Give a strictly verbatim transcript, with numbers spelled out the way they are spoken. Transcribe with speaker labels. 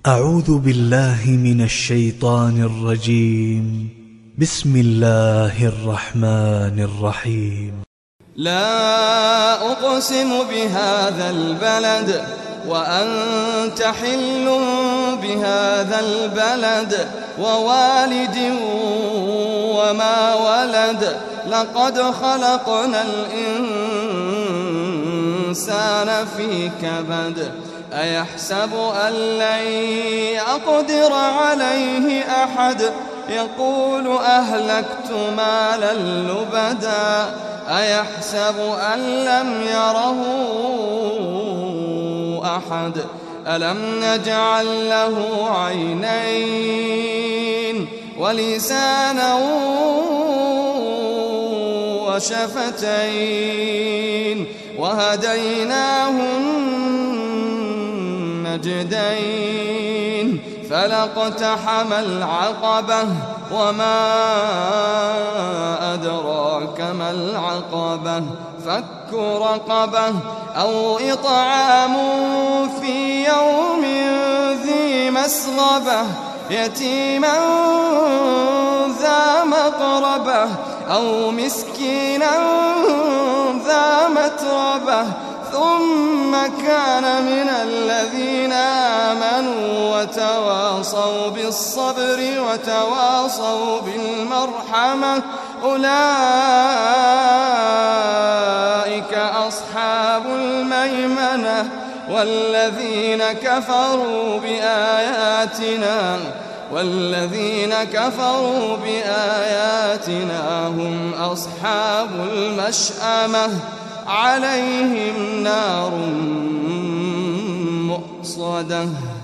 Speaker 1: أعوذ بالله من الشيطان الرجيم. بسم الله الرحمن الرحيم.
Speaker 2: لا أقسم بهذا البلد وأنت حل بهذا البلد ووالد وما ولد لقد خلقنا الإنسان في كبد أيحسب أن لن يقدر عليه أحد يقول أهلكت مالا لبدا أيحسب أن لم يره أحد ألم نجعل له عينين ولسانا وشفتين وهديناه النجدين فلاقتحم العقبة وما أدراك ما العقبة فك رقبة أو إطعام في يوم ذي مسغبة يتيما ذا مقربة أو مسكينا ذا متربة ثم كان من الذين آمنوا وتواصوا بالصبر وتواصوا بالمرحمة أولئك أصحاب الميمنة والذين كفروا بآياتنا والذين كفروا بآياتنا هم أصحاب المشأمة عليهم نار مؤصدة.